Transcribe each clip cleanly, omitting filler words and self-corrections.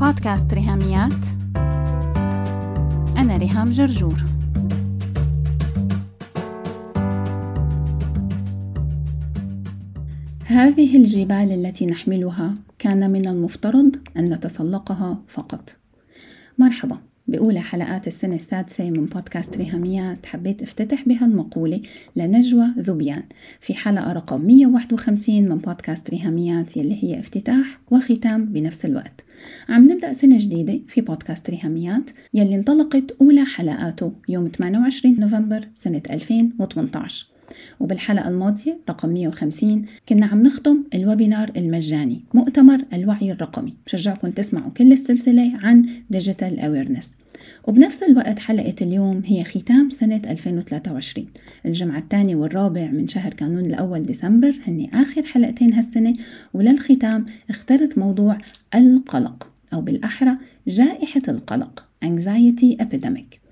بودكاست ريهاميات. أنا ريهام جرجور. هذه الجبال التي نحملها كان من المفترض أن نتسلقها فقط. مرحبا بأولى حلقات السنة السادسة من بودكاست ريهاميات. حبيت افتتح بها المقولة لنجوى ذبيان في حلقة رقم 151 من بودكاست ريهاميات، يلي هي افتتاح وختام بنفس الوقت. عم نبدأ سنة جديدة في بودكاست ريهاميات يلي انطلقت أولى حلقاته يوم 28 نوفمبر سنة 2018. وبالحلقة الماضية رقم 150 كنا عم نختم الويبينار المجاني مؤتمر الوعي الرقمي. بشجعكم تسمعوا كل السلسلة عن Digital Awareness. وبنفس الوقت حلقة اليوم هي ختام سنة 2023. الجمعة الثاني والرابع من شهر كانون الأول ديسمبر هني آخر حلقتين هالسنة، وللختام اخترت موضوع القلق، أو بالأحرى جائحة القلق Anxiety Epidemic.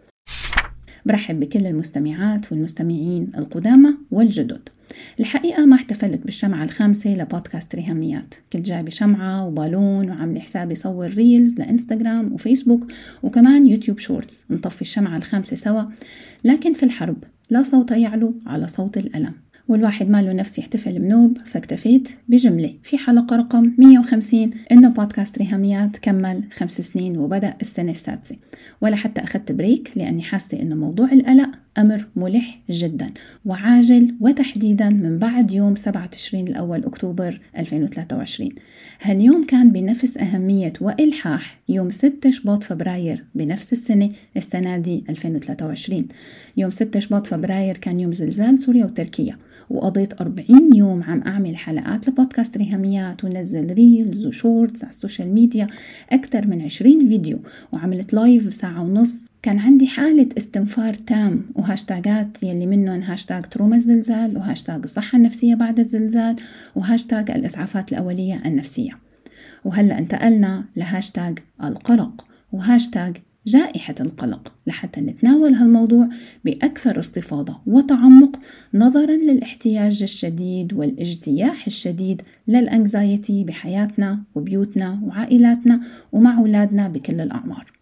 برحب بكل المستمعات والمستمعين القدامى والجدد. الحقيقة ما احتفلت بالشمعة الخامسة لبودكاست ريهاميات، كنت جايبة شمعة وبالون وعمل حسابي صور ريلز لإنستغرام وفيسبوك وكمان يوتيوب شورتس نطفي الشمعة الخامسة سوا. لكن في الحرب لا صوت يعلو على صوت الألم، والواحد ما له نفس يحتفل بنوب، فاكتفيت بجملة في حلقة رقم 150 إنه بودكاست ريهاميات كمل 5 سنين وبدأ السنة السادسة، ولا حتى أخذت بريك لأني حاسة إنه موضوع القلق أمر ملح جدا وعاجل، وتحديدا من بعد يوم 7 تشرين الأول أكتوبر 2023. هاليوم كان بنفس أهمية وإلحاح يوم 6 شباط فبراير بنفس السنة دي 2023. يوم 6 شباط فبراير كان يوم زلزال سوريا وتركيا، وقضيت 40 يوم عم أعمل حلقات لبودكاست ريهاميات ونزل ريلز وشورتس على السوشيال ميديا، أكثر من 20 فيديو، وعملت لايف 1.5 ساعة. كان عندي حالة استنفار تام، وهاشتاجات يلي منهم هاشتاج تروما الزلزال، وهاشتاج الصحة النفسية بعد الزلزال، وهاشتاج الإسعافات الأولية النفسية. وهلأ انتقلنا لهاشتاج القلق وهاشتاج جائحة القلق لحتى نتناول هالموضوع بأكثر استفاضة وتعمق، نظرا للاحتياج الشديد والاجتياح الشديد للأنكزايتي بحياتنا وبيوتنا وعائلاتنا ومع أولادنا بكل الأعمار.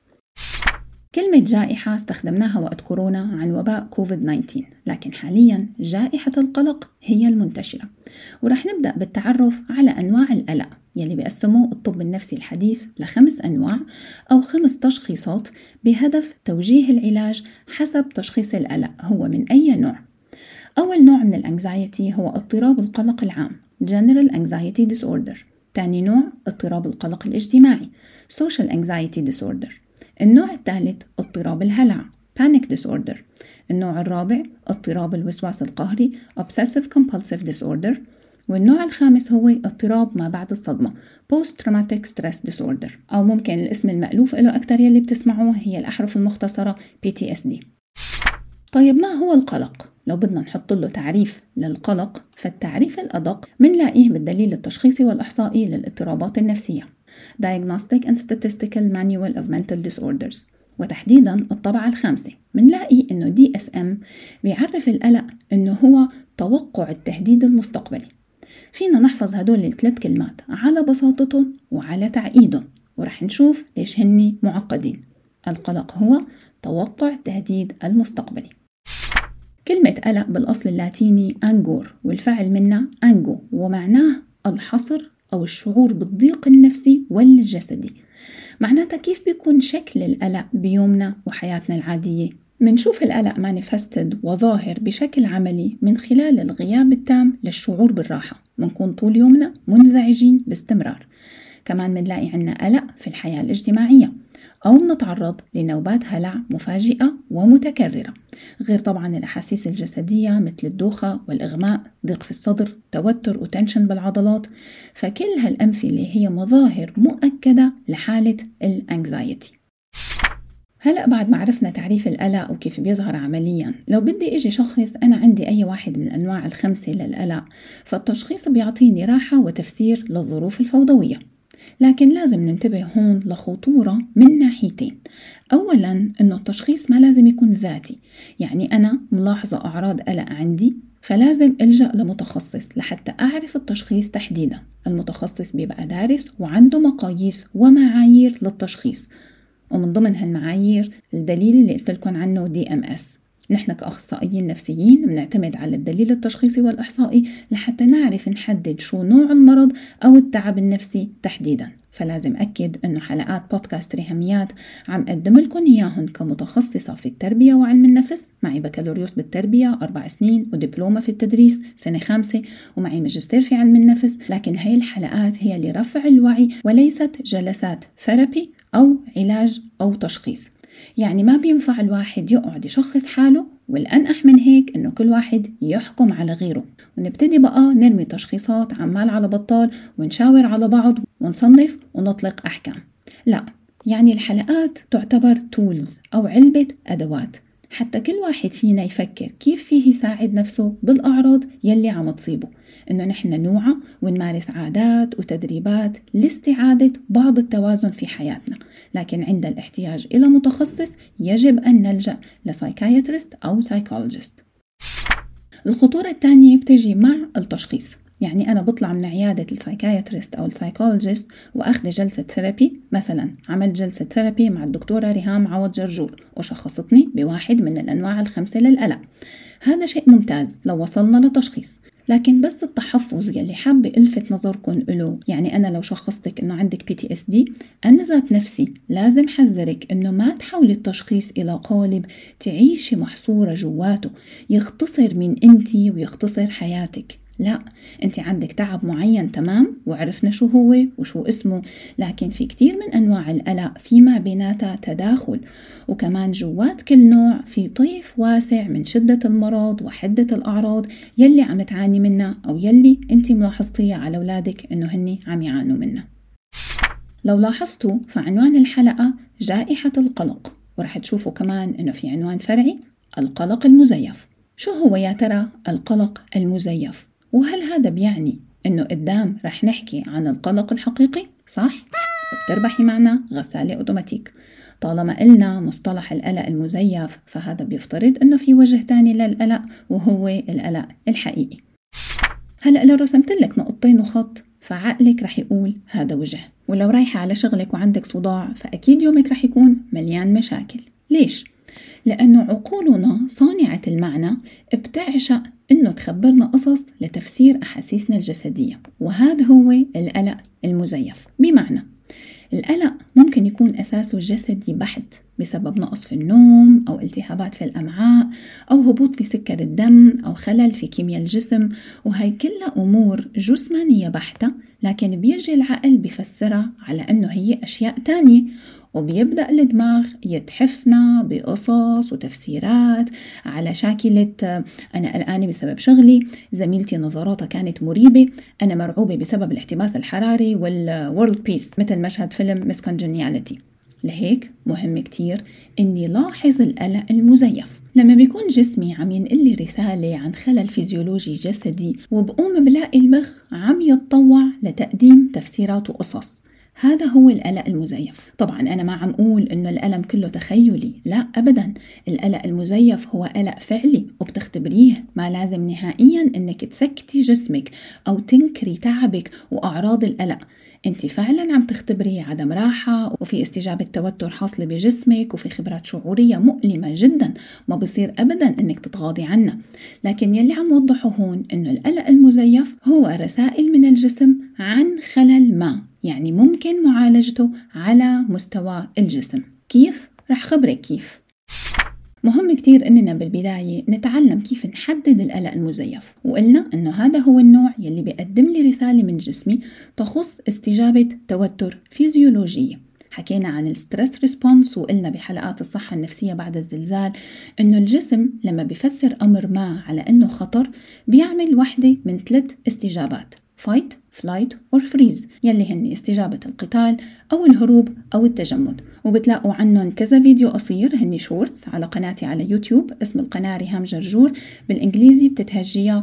كلمة جائحة استخدمناها وقت كورونا عن وباء كوفيد-19، لكن حاليا جائحة القلق هي المنتشرة. ورح نبدأ بالتعرف على أنواع القلق يلي بيقسموه الطب النفسي الحديث ل5 أنواع أو 5 تشخيصات بهدف توجيه العلاج حسب تشخيص القلق هو من أي نوع. أول نوع من الأنكزايتي هو اضطراب القلق العام General Anxiety Disorder. تاني نوع اضطراب القلق الاجتماعي Social Anxiety Disorder. النوع الثالث اضطراب الهلع Panic Disorder. النوع الرابع اضطراب الوسواس القهري Obsessive Compulsive Disorder. والنوع الخامس هو اضطراب ما بعد الصدمة Post Traumatic Stress Disorder، أو ممكن الاسم المألوف له أكتر يلي بتسمعوه هي الأحرف المختصرة PTSD. طيب ما هو القلق؟ لو بدنا نحط له تعريف للقلق، فالتعريف الأدق منلاقيه بالدليل التشخيصي والإحصائي للاضطرابات النفسية Diagnostic and Statistical Manual of Mental Disorders، وتحديدا الطبعة ال5 منلاقي إنه DSM بيعرف القلق إنه هو توقع التهديد المستقبلي. فينا نحفظ هدول ال3 كلمات على بساطتهم وعلى تعقيدهم، ورح نشوف ليش هني معقدين. القلق هو توقع التهديد المستقبلي. كلمة قلق بالأصل اللاتيني أنجور، والفعل منها أنجو، ومعناه الحصر أو الشعور بالضيق النفسي والجسدي. معناتها كيف بيكون شكل القلق بيومنا وحياتنا العادية؟ منشوف القلق مانيفستد وظاهر بشكل عملي من خلال الغياب التام للشعور بالراحة. منكون طول يومنا منزعجين باستمرار. كمان منلاقي عنا قلق في الحياة الاجتماعية، أو نتعرض لنوبات هلع مفاجئة ومتكررة، غير طبعا الأحاسيس الجسدية مثل الدوخة والإغماء، ضيق في الصدر، توتر وتنشن بالعضلات. فكل هالأمثلة هي مظاهر مؤكدة لحالة الأنكزايتي. هلأ بعد ما عرفنا تعريف القلق وكيف بيظهر عمليا، لو بدي اجي شخص أنا عندي أي واحد من الأنواع ال5 للقلق، فالتشخيص بيعطيني راحة وتفسير للظروف الفوضوية. لكن لازم ننتبه هون لخطورة من ناحيتين. أولا إنه التشخيص ما لازم يكون ذاتي، يعني أنا ملاحظة أعراض قلق عندي فلازم ألجأ لمتخصص لحتى أعرف التشخيص تحديدا. المتخصص بيبقى دارس وعنده مقاييس ومعايير للتشخيص، ومن ضمن هالمعايير الدليل اللي قلت لكم عنه DMS. نحن كأخصائيين نفسيين بنعتمد على الدليل التشخيصي والإحصائي لحتى نعرف نحدد شو نوع المرض أو التعب النفسي تحديدا. فلازم أكد أنه حلقات بودكاست ريهاميات عم أقدم لكم إياهن كمتخصصة في التربية وعلم النفس، معي بكالوريوس بالتربية 4 سنين ودبلومة في التدريس سنة 5، ومعي ماجستير في علم النفس. لكن هاي الحلقات هي لرفع الوعي وليست جلسات ثيرابي أو علاج أو تشخيص. يعني ما بينفع الواحد يقعد يشخص حاله، والأنقح من هيك إنه كل واحد يحكم على غيره، ونبتدي بقى نرمي تشخيصات عمال على بطال ونشاور على بعض ونصنف ونطلق أحكام. لا، يعني الحلقات تعتبر تولز أو علبة أدوات حتى كل واحد فينا يفكر كيف فيه يساعد نفسه بالأعراض يلي عم تصيبه، إنه نحن نوعى ونمارس عادات وتدريبات لاستعادة بعض التوازن في حياتنا. لكن عند الاحتياج إلى متخصص يجب أن نلجأ لسايكايترست أو سايكولوجيست. الخطورة الثانية بتجي مع التشخيص. يعني أنا بطلع من عيادة السايكايترست أو السايكولوجيست وأخذ جلسة ثيرابي، مثلا عملت جلسة ثيرابي مع الدكتورة ريهام عوض جرجور وشخصتني بواحد من الأنواع ال5 للقلق. هذا شيء ممتاز لو وصلنا لتشخيص، لكن بس التحفظ يلي حابة ألفت نظركم له. يعني أنا لو شخصتك إنه عندك PTSD، أنا ذات نفسي لازم حذرك إنه ما تحولي التشخيص إلى قالب تعيشي محصورة جواته يختصر من أنتي ويختصر حياتك. لا، أنت عندك تعب معين تمام، وعرفنا شو هو وشو اسمه، لكن في كتير من أنواع القلق فيما بيناتها تداخل، وكمان جوات كل نوع في طيف واسع من شدة المرض وحدة الأعراض يلي عم تعاني منها أو يلي أنت ملاحظتيها على أولادك إنه هني عم يعانوا منها. لو لاحظتوا فعنوان الحلقة جائحة القلق، ورح تشوفوا كمان إنه في عنوان فرعي القلق المزيف. شو هو يا ترى القلق المزيف؟ وهل هذا بيعني إنه قدام رح نحكي عن القلق الحقيقي؟ صح؟ بتربحي معنا غسالة أوتوماتيك. طالما قلنا مصطلح القلق المزيف فهذا بيفترض إنه في وجه تاني للقلق، وهو القلق الحقيقي. هلأ لو رسمت لك نقطتين وخط فعقلك رح يقول هذا وجه، ولو رايحة على شغلك وعندك صداع فأكيد يومك رح يكون مليان مشاكل. ليش؟ لأنه عقولنا صانعة المعنى بتعشق إنه تخبرنا قصص لتفسير أحاسيسنا الجسدية، وهذا هو القلق المزيف. بمعنى القلق ممكن يكون أساسه جسدي بحت بسبب نقص في النوم أو التهابات في الأمعاء أو هبوط في سكر الدم أو خلل في كيمياء الجسم، وهي كلها أمور جسمانية بحتة، لكن بيجي العقل بيفسرها على أنه هي أشياء تانية، وبيبدأ الدماغ يتحفنا بقصص وتفسيرات على شاكلة أنا قلقانة بسبب شغلي، زميلتي نظراتها كانت مريبة، أنا مرعوبة بسبب الاحتباس الحراري والورلد بيس، مثل مشهد فيلم مس كونجنياليتي. لهيك مهم كتير إني لاحظ القلق المزيف. لما بيكون جسمي عم ينقل لي رسالة عن خلل فيزيولوجي جسدي وبقوم بلاقي المخ عم يتطوع لتقديم تفسيرات وقصص، هذا هو القلق المزيف. طبعا أنا ما عم أقول إنه الألم كله تخيلي، لا أبدا. القلق المزيف هو قلق فعلي وبتختبريه، ما لازم نهائيا إنك تسكتي جسمك أو تنكري تعبك وأعراض القلق. انت فعلا عم تختبري عدم راحة، وفي استجابة توتر حاصلة بجسمك، وفي خبرات شعورية مؤلمة جدا ما بصير أبدا انك تتغاضي عنها. لكن يلي عم وضحه هون انه القلق المزيف هو رسائل من الجسم عن خلل ما، يعني ممكن معالجته على مستوى الجسم. كيف؟ رح خبرك كيف. مهم كتير إننا بالبداية نتعلم كيف نحدد القلق المزيف، وقلنا إنه هذا هو النوع يلي بيقدم لي رسالة من جسمي تخص استجابة توتر فيزيولوجية. حكينا عن الستريس ريسبونس، وقلنا بحلقات الصحة النفسية بعد الزلزال إنه الجسم لما بيفسر أمر ما على إنه خطر بيعمل واحدة من 3 استجابات: fight, flight or freeze، يلي هن استجابة القتال أو الهروب أو التجمد. وبتلاقوا عنهم كذا فيديو قصير هني شورتس على قناتي على يوتيوب، اسم القناة ريهام جرجور، بالإنجليزي بتتهجيها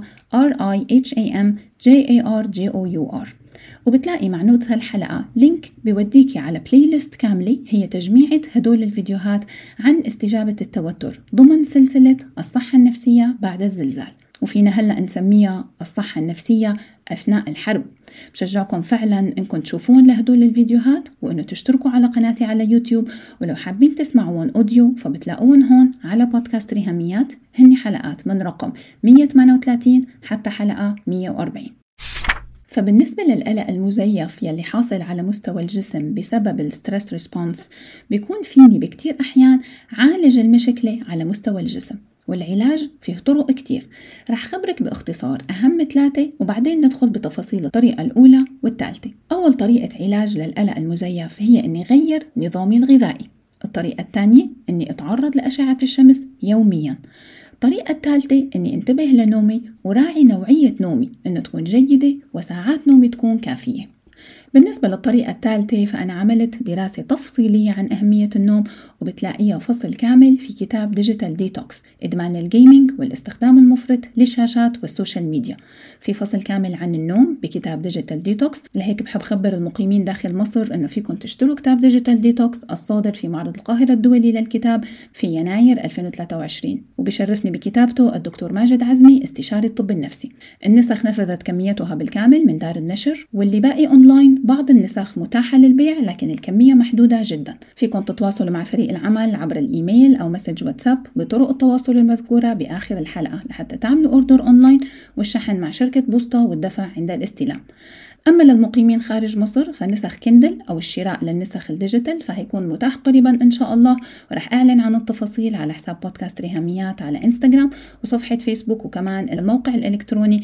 RIHAMJARJOUR. وبتلاقي مع نوتس هالحلقة لينك بيوديكي على بلاي ليست كاملة هي تجميعة هدول الفيديوهات عن استجابة التوتر ضمن سلسلة الصحة النفسية بعد الزلزال. وفينا هلأ نسميها الصحة النفسية أثناء الحرب. بشجعكم فعلا إنكم تشوفون لهدول الفيديوهات وإنه تشتركوا على قناتي على يوتيوب، ولو حابين تسمعون أوديو فبتلاقون هون على بودكاست ريهاميات، هني حلقات من رقم 138 حتى حلقة 140. فبالنسبة للقلق المزيف يلي حاصل على مستوى الجسم بسبب الستريس ريسبونس، بيكون فيني بكتير أحيان عالج المشكلة على مستوى الجسم، والعلاج فيه طرق كتير. رح خبرك باختصار أهم 3 وبعدين ندخل بتفاصيل الطريقة الأولى والثالثة. أول طريقة علاج للقلق المزيف هي أني غير نظامي الغذائي. الطريقة الثانية أني أتعرض لأشعة الشمس يومياً. الطريقة الثالثة أني انتبه لنومي وراعي نوعية نومي أنه تكون جيدة وساعات نومي تكون كافية. بالنسبة للطريقة الثالثة فأنا عملت دراسة تفصيلية عن أهمية النوم، وبتلاقيها فصل كامل في كتاب ديجيتال ديتوكس، إدمان الجيمينج والاستخدام المفرط للشاشات والسوشيال ميديا. في فصل كامل عن النوم بكتاب ديجيتال ديتوكس. لهيك بحب خبر المقيمين داخل مصر أنه فيكم تشتروا كتاب ديجيتال ديتوكس الصادر في معرض القاهرة الدولي للكتاب في يناير 2023. وبشرفني بكتابته الدكتور ماجد عزمي استشاري الطب النفسي. النسخ نفذت كميتها بالكامل من دار النشر، واللي باقي أونلاين بعض النسخ متاحة للبيع لكن الكمية محدودة جدا. فيكم تتواصلوا مع فريق العمل عبر الإيميل أو مسج واتساب بطرق التواصل المذكورة بآخر الحلقة لحتى تعملوا أوردر أونلاين، والشحن مع شركة بوسطة والدفع عند الاستلام. أما للمقيمين خارج مصر فنسخ كندل أو الشراء للنسخ الديجيتال فهيكون متاح قريبا إن شاء الله، ورح أعلن عن التفاصيل على حساب بودكاست ريهاميات على إنستغرام وصفحة فيسبوك، وكمان الموقع الإلكتروني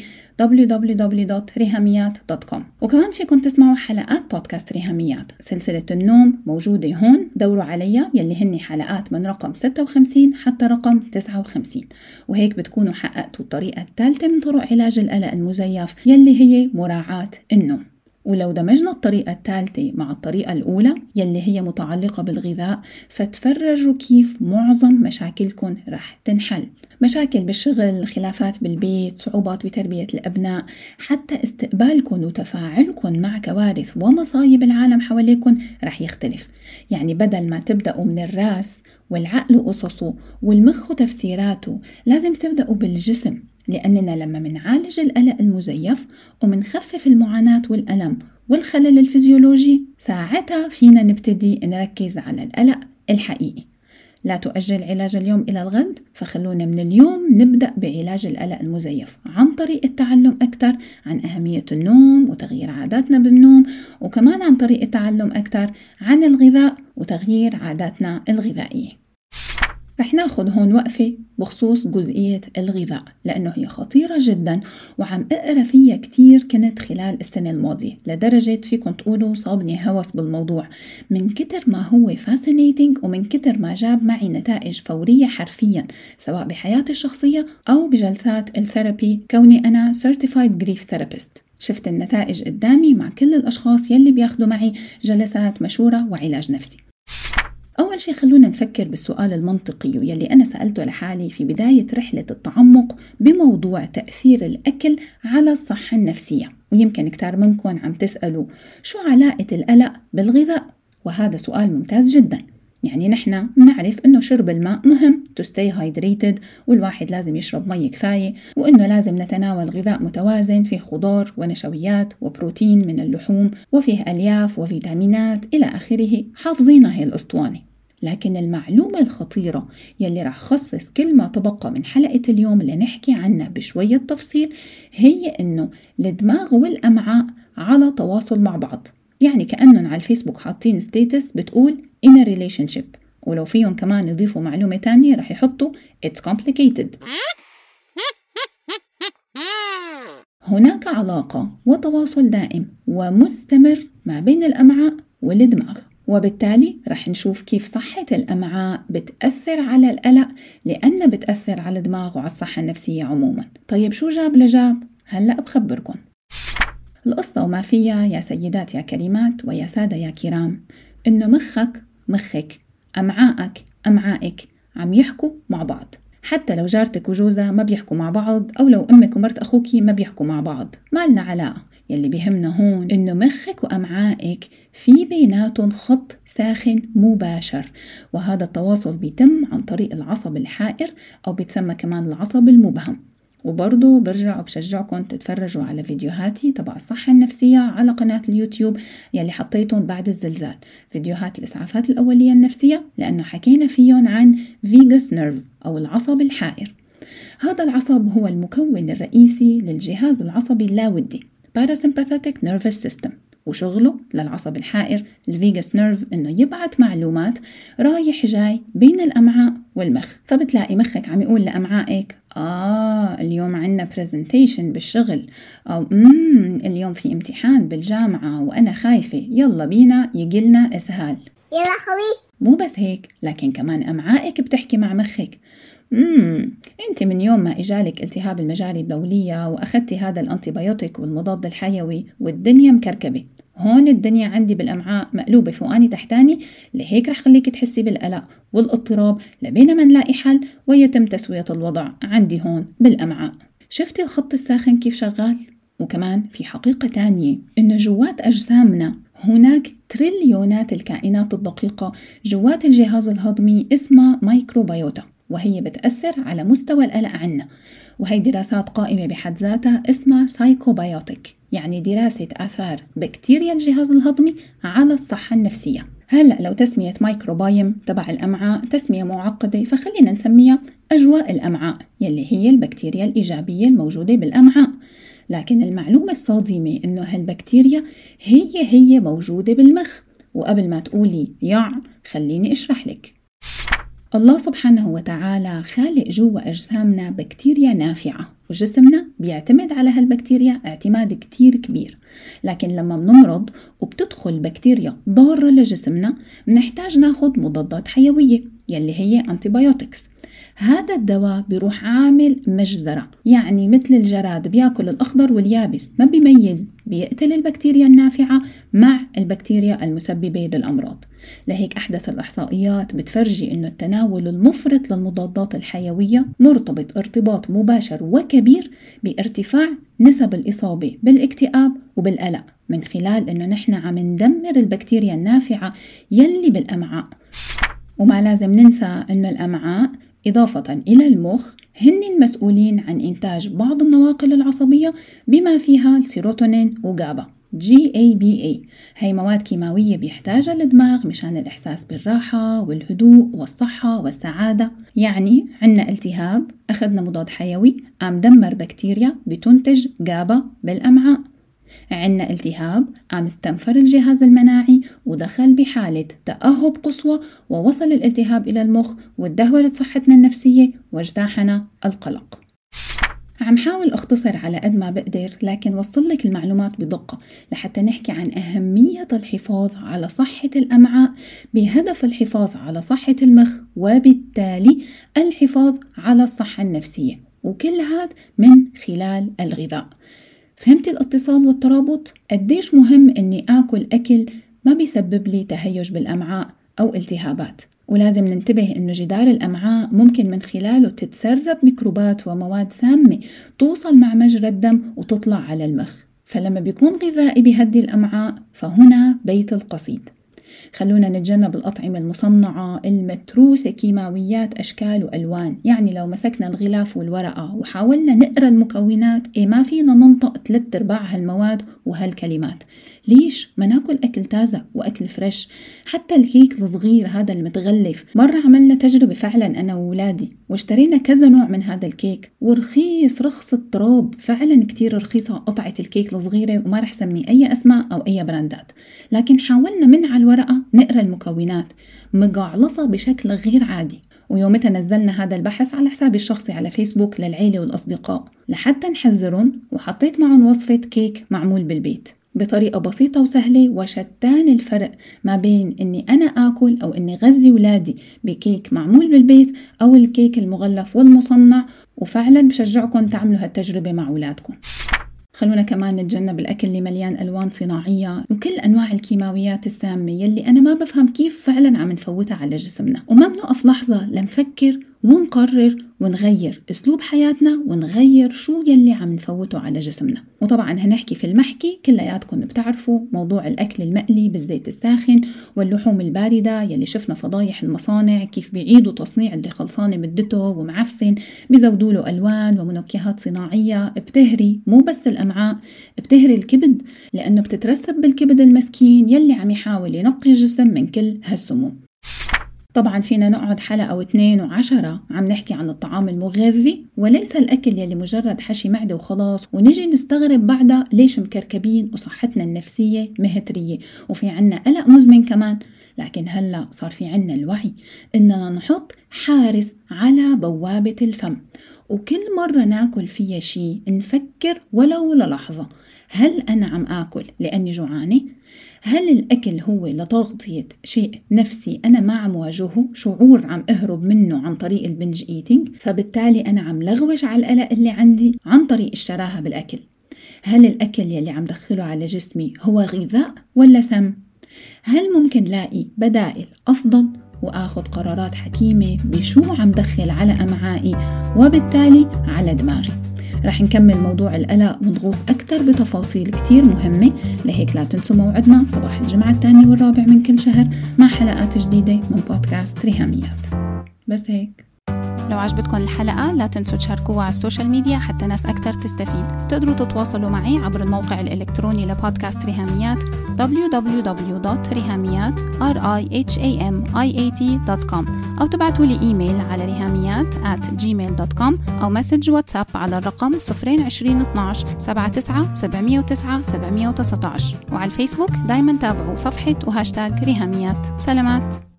www.rihamiyat.com. وكمان فيكم تسمعوا حلقات بودكاست ريهاميات. سلسلة النوم موجودة هون، دوروا عليها يلي هني حلقات من رقم 56 حتى رقم 59، وهيك بتكونوا حققتوا الطريقة الثالثة من طرق علاج القلق المزيف يلي هي مراعاة النوم. ولو دمجنا الطريقة الثالثة مع الطريقة الأولى يلي هي متعلقة بالغذاء فتفرجوا كيف معظم مشاكلكم رح تنحل. مشاكل بالشغل، خلافات بالبيت، صعوبات بتربية الأبناء، حتى استقبالكم وتفاعلكم مع كوارث ومصايب العالم حواليكم رح يختلف. يعني بدل ما تبدأوا من الراس والعقل وقصصه والمخ وتفسيراته، لازم تبدأوا بالجسم، لأننا لما منعالج القلق المزيف ومنخفف المعاناة والألم والخلل الفيزيولوجي ساعتها فينا نبتدي نركز على القلق الحقيقي. لا تؤجل علاج اليوم إلى الغد، فخلونا من اليوم نبدأ بعلاج القلق المزيف عن طريق التعلم أكثر عن أهمية النوم وتغيير عاداتنا بالنوم، وكمان عن طريق التعلم أكثر عن الغذاء وتغيير عاداتنا الغذائية. رح ناخد هون وقفة بخصوص جزئية الغذاء لأنه هي خطيرة جدا وعم أقرأ فيها كتير كنت خلال السنة الماضية، لدرجة فيكم تقولوا صابني هوس بالموضوع من كتر ما هو فاسينيتينج ومن كتر ما جاب معي نتائج فورية حرفيا، سواء بحياتي الشخصية أو بجلسات الثيرابي كوني أنا Certified Grief Therapist. شفت النتائج قدامي مع كل الأشخاص يلي بياخدوا معي جلسات مشورة وعلاج نفسي. أول شيء خلونا نفكر بالسؤال المنطقي يلي أنا سألته لحالي في بداية رحلة التعمق بموضوع تأثير الأكل على الصحة النفسية. ويمكن كتار منكم عم تسألوا شو علاقة القلق بالغذاء؟ وهذا سؤال ممتاز جدا. يعني نحن نعرف أنه شرب الماء مهم to stay hydrated، والواحد لازم يشرب مي كفاية، وأنه لازم نتناول غذاء متوازن فيه خضار ونشويات وبروتين من اللحوم وفيه ألياف وفيتامينات إلى آخره، حافظينها هي الأسطوانة. لكن المعلومة الخطيرة يلي رح خصص كل ما تبقى من حلقة اليوم لنحكي عنها بشوية تفصيل هي أنه الدماغ والأمعاء على تواصل مع بعض. يعني كأنهم على الفيسبوك حاطين ستيتس بتقول in a relationship، ولو فيهم كمان يضيفوا معلومة تانية رح يحطوا it's complicated. هناك علاقة وتواصل دائم ومستمر ما بين الأمعاء والدماغ، وبالتالي رح نشوف كيف صحة الأمعاء بتأثر على القلق لأنها بتأثر على الدماغ وعلى الصحة النفسية عموما. طيب شو جاب لجاب؟ هلأ بخبركم القصة وما فيها يا سيدات يا كريمات ويا سادة يا كرام، إنه مخك أمعائك عم يحكوا مع بعض. حتى لو جارتك وجوزها ما بيحكوا مع بعض، أو لو أمك ومرت أخوكي ما بيحكوا مع بعض، ما لنا علاقة. يلي بيهمنا هون إنه مخك وأمعائك في بيناتهم خط ساخن مباشر، وهذا التواصل بيتم عن طريق العصب الحائر أو بيتسمى كمان العصب المبهم. وبرضو برجع وبشجعكم تتفرجوا على فيديوهاتي تبع الصحة النفسية على قناة اليوتيوب يلي حطيتهم بعد الزلزال، فيديوهات الإسعافات الأولية النفسية، لأنه حكينا فيهم عن فيغاس نيرف أو العصب الحائر. هذا العصب هو المكون الرئيسي للجهاز العصبي اللاودي Parasympathetic Nervous System، وشغله للعصب الحائر الفيغاس نيرف إنه يبعث معلومات رايح جاي بين الأمعاء والمخ. فبتلاقي مخك عم يقول لأمعائك اليوم عنا برزنتيشن بالشغل، أو اليوم في امتحان بالجامعة وأنا خايفة، يلا بينا يجيلنا إسهال. يلا خوي. مو بس هيك، لكن كمان أمعائك بتحكي مع مخك، انت من يوم ما اجالك التهاب المجاري البولية واخدتي هذا الانتيبيوتيك والمضاد الحيوي والدنيا مكركبة، هون الدنيا عندي بالامعاء مقلوبة فوقاني تحتاني، لهيك رح خليك تحسي بالقلق والاضطراب لبين ما نلاقي حل ويتم تسوية الوضع عندي هون بالامعاء. شفتي الخط الساخن كيف شغال؟ وكمان في حقيقة تانية، إنه جوات أجسامنا هناك تريليونات الكائنات الدقيقة جوات الجهاز الهضمي اسمها مايكروبيوتا، وهي بتأثر على مستوى القلق عنا، وهي دراسات قائمة بحد ذاتها اسمها سايكوبيوتيك، يعني دراسة آثار بكتيريا الجهاز الهضمي على الصحة النفسية. هلأ لو تسمية مايكروبايوم تبع الأمعاء تسمية معقدة، فخلينا نسميها أجواء الأمعاء، يلي هي البكتيريا الإيجابية الموجودة بالأمعاء. لكن المعلومة الصادمة إنه هالبكتيريا هي موجودة بالمخ. وقبل ما تقولي خليني أشرح لك. الله سبحانه وتعالى خالق جوا أجسامنا بكتيريا نافعة، وجسمنا بيعتمد على هالبكتيريا اعتماد كتير كبير. لكن لما بنمرض وبتدخل بكتيريا ضارة لجسمنا بنحتاج ناخد مضادات حيوية يلي هي أنتيبيوتكس. هذا الدواء بيروح عامل مجزرة، يعني مثل الجراد بياكل الأخضر واليابس، ما بيميز، بيقتل البكتيريا النافعة مع البكتيريا المسببة للأمراض. لهيك أحدث الإحصائيات بتفرجي إنه التناول المفرط للمضادات الحيوية مرتبط ارتباط مباشر وكبير بارتفاع نسب الإصابة بالاكتئاب وبالقلق، من خلال إنه نحن عم ندمر البكتيريا النافعة يلي بالأمعاء. وما لازم ننسى إنه الأمعاء إضافة إلى المخ هن المسؤولين عن إنتاج بعض النواقل العصبية بما فيها السيروتونين وجابا GABA. هي مواد كيماوية بيحتاجها الدماغ مشان الإحساس بالراحة والهدوء والصحة والسعادة. يعني عنا التهاب، أخذنا مضاد حيوي قام دمر بكتيريا بتنتج جابا بالأمعاء. عنا التهاب قام استنفر الجهاز المناعي ودخل بحالة تأهب قصوى، ووصل الالتهاب إلى المخ وتدهورت صحتنا النفسية واجتاحنا القلق. عم حاول أختصر على قد ما بقدر، لكن وصل لك المعلومات بدقة لحتى نحكي عن أهمية الحفاظ على صحة الأمعاء بهدف الحفاظ على صحة المخ، وبالتالي الحفاظ على الصحة النفسية، وكل هذا من خلال الغذاء. فهمتي الاتصال والترابط؟ قديش مهم إني آكل أكل ما بيسبب لي تهيج بالأمعاء أو التهابات. ولازم ننتبه إنه جدار الأمعاء ممكن من خلاله تتسرب ميكروبات ومواد سامة توصل مع مجرى الدم وتطلع على المخ، فلما بيكون غذائي بيهدي الأمعاء فهنا بيت القصيد. خلونا نتجنب الأطعمة المصنعة المتروسة كيماويات أشكال وألوان. يعني لو مسكنا الغلاف والورقة وحاولنا نقرأ المكونات ما فينا ننطق 3/4 هالمواد وهالكلمات. ليش؟ ما ناكل أكل تازة وأكل فريش. حتى الكيك الصغير هذا المتغلف، مرة عملنا تجربة فعلا أنا وولادي واشترينا كذا نوع من هذا الكيك، ورخيص رخص التراب، فعلا كتير رخيصة قطعة الكيك الصغيرة، وما رح سمي أي أسماء أو أي براندات. لكن حاولنا من على الورقة نقرأ المكونات، مقعلصة بشكل غير عادي. ويومتها نزلنا هذا البحث على حسابي الشخصي على فيسبوك للعيلة والأصدقاء لحتى نحذرهم، وحطيت معهم وصفة كيك معمول بالبيت بطريقة بسيطة وسهلة. وشتان الفرق ما بين إني أنا آكل أو إني غذي ولادي بكيك معمول بالبيت أو الكيك المغلف والمصنع. وفعلا بشجعكم تعملوا هالتجربة مع أولادكم. خلونا كمان نتجنب الأكل اللي مليان ألوان صناعية وكل أنواع الكيماويات السامة يلي أنا ما بفهم كيف فعلا عم نفوتها على جسمنا. وما بنوقف لحظة لنفكر ونقرر ونغير أسلوب حياتنا ونغير شو يلي عم نفوته على جسمنا. وطبعا هنحكي في المحكي كلياتكم بتعرفوا موضوع الأكل المقلي بالزيت الساخن واللحوم الباردة يلي شفنا فضايح المصانع كيف بيعيدوا تصنيع اللي خلصان مدته ومعفن، بيزودوا له ألوان ومنكهات صناعية بتهري مو بس الأمعاء، بتهري الكبد، لأنه بتترسب بالكبد المسكين يلي عم يحاول ينقي الجسم من كل هالسموم. طبعا فينا نقعد حلقة أو 2 و10 عم نحكي عن الطعام المغذي وليس الأكل يلي مجرد حشي معدة وخلاص، ونجي نستغرب بعدها ليش مكركبين وصحتنا النفسية مهترية وفي عنا قلق مزمن كمان. لكن هلأ صار في عنا الوعي إننا نحط حارس على بوابة الفم، وكل مرة ناكل فيها شي نفكر ولو للحظة، هل أنا عم آكل لأني جوعانة؟ هل الأكل هو لتغطية شيء نفسي أنا ما عم واجهه، شعور عم أهرب منه عن طريق البنج إيتينج، فبالتالي أنا عم لغوش على القلق اللي عندي عن طريق الشراهة بالأكل؟ هل الأكل يلي عم دخله على جسمي هو غذاء ولا سم؟ هل ممكن لاقي بدائل أفضل وآخذ قرارات حكيمة بشو عم دخل على أمعائي وبالتالي على دماغي؟ رح نكمل موضوع القلق ونغوص أكتر بتفاصيل كتير مهمة، لهيك لا تنسوا موعدنا صباح الجمعة 2 والرابع من كل شهر مع حلقات جديدة من بودكاست ريهاميات. بس هيك. لو عجبتكم الحلقة لا تنسوا تشاركوها على السوشيال ميديا حتى ناس أكتر تستفيد. تقدروا تتواصلوا معي عبر الموقع الإلكتروني لبودكاست ريهاميات www.rihamiat.com أو تبعتوا لي إيميل على rihamiyat@gmail.com أو مسج واتساب على الرقم 020 12 79 709 719. وعلى الفيسبوك دايما تابعوا صفحة وهاشتاج ريهاميات. سلامات.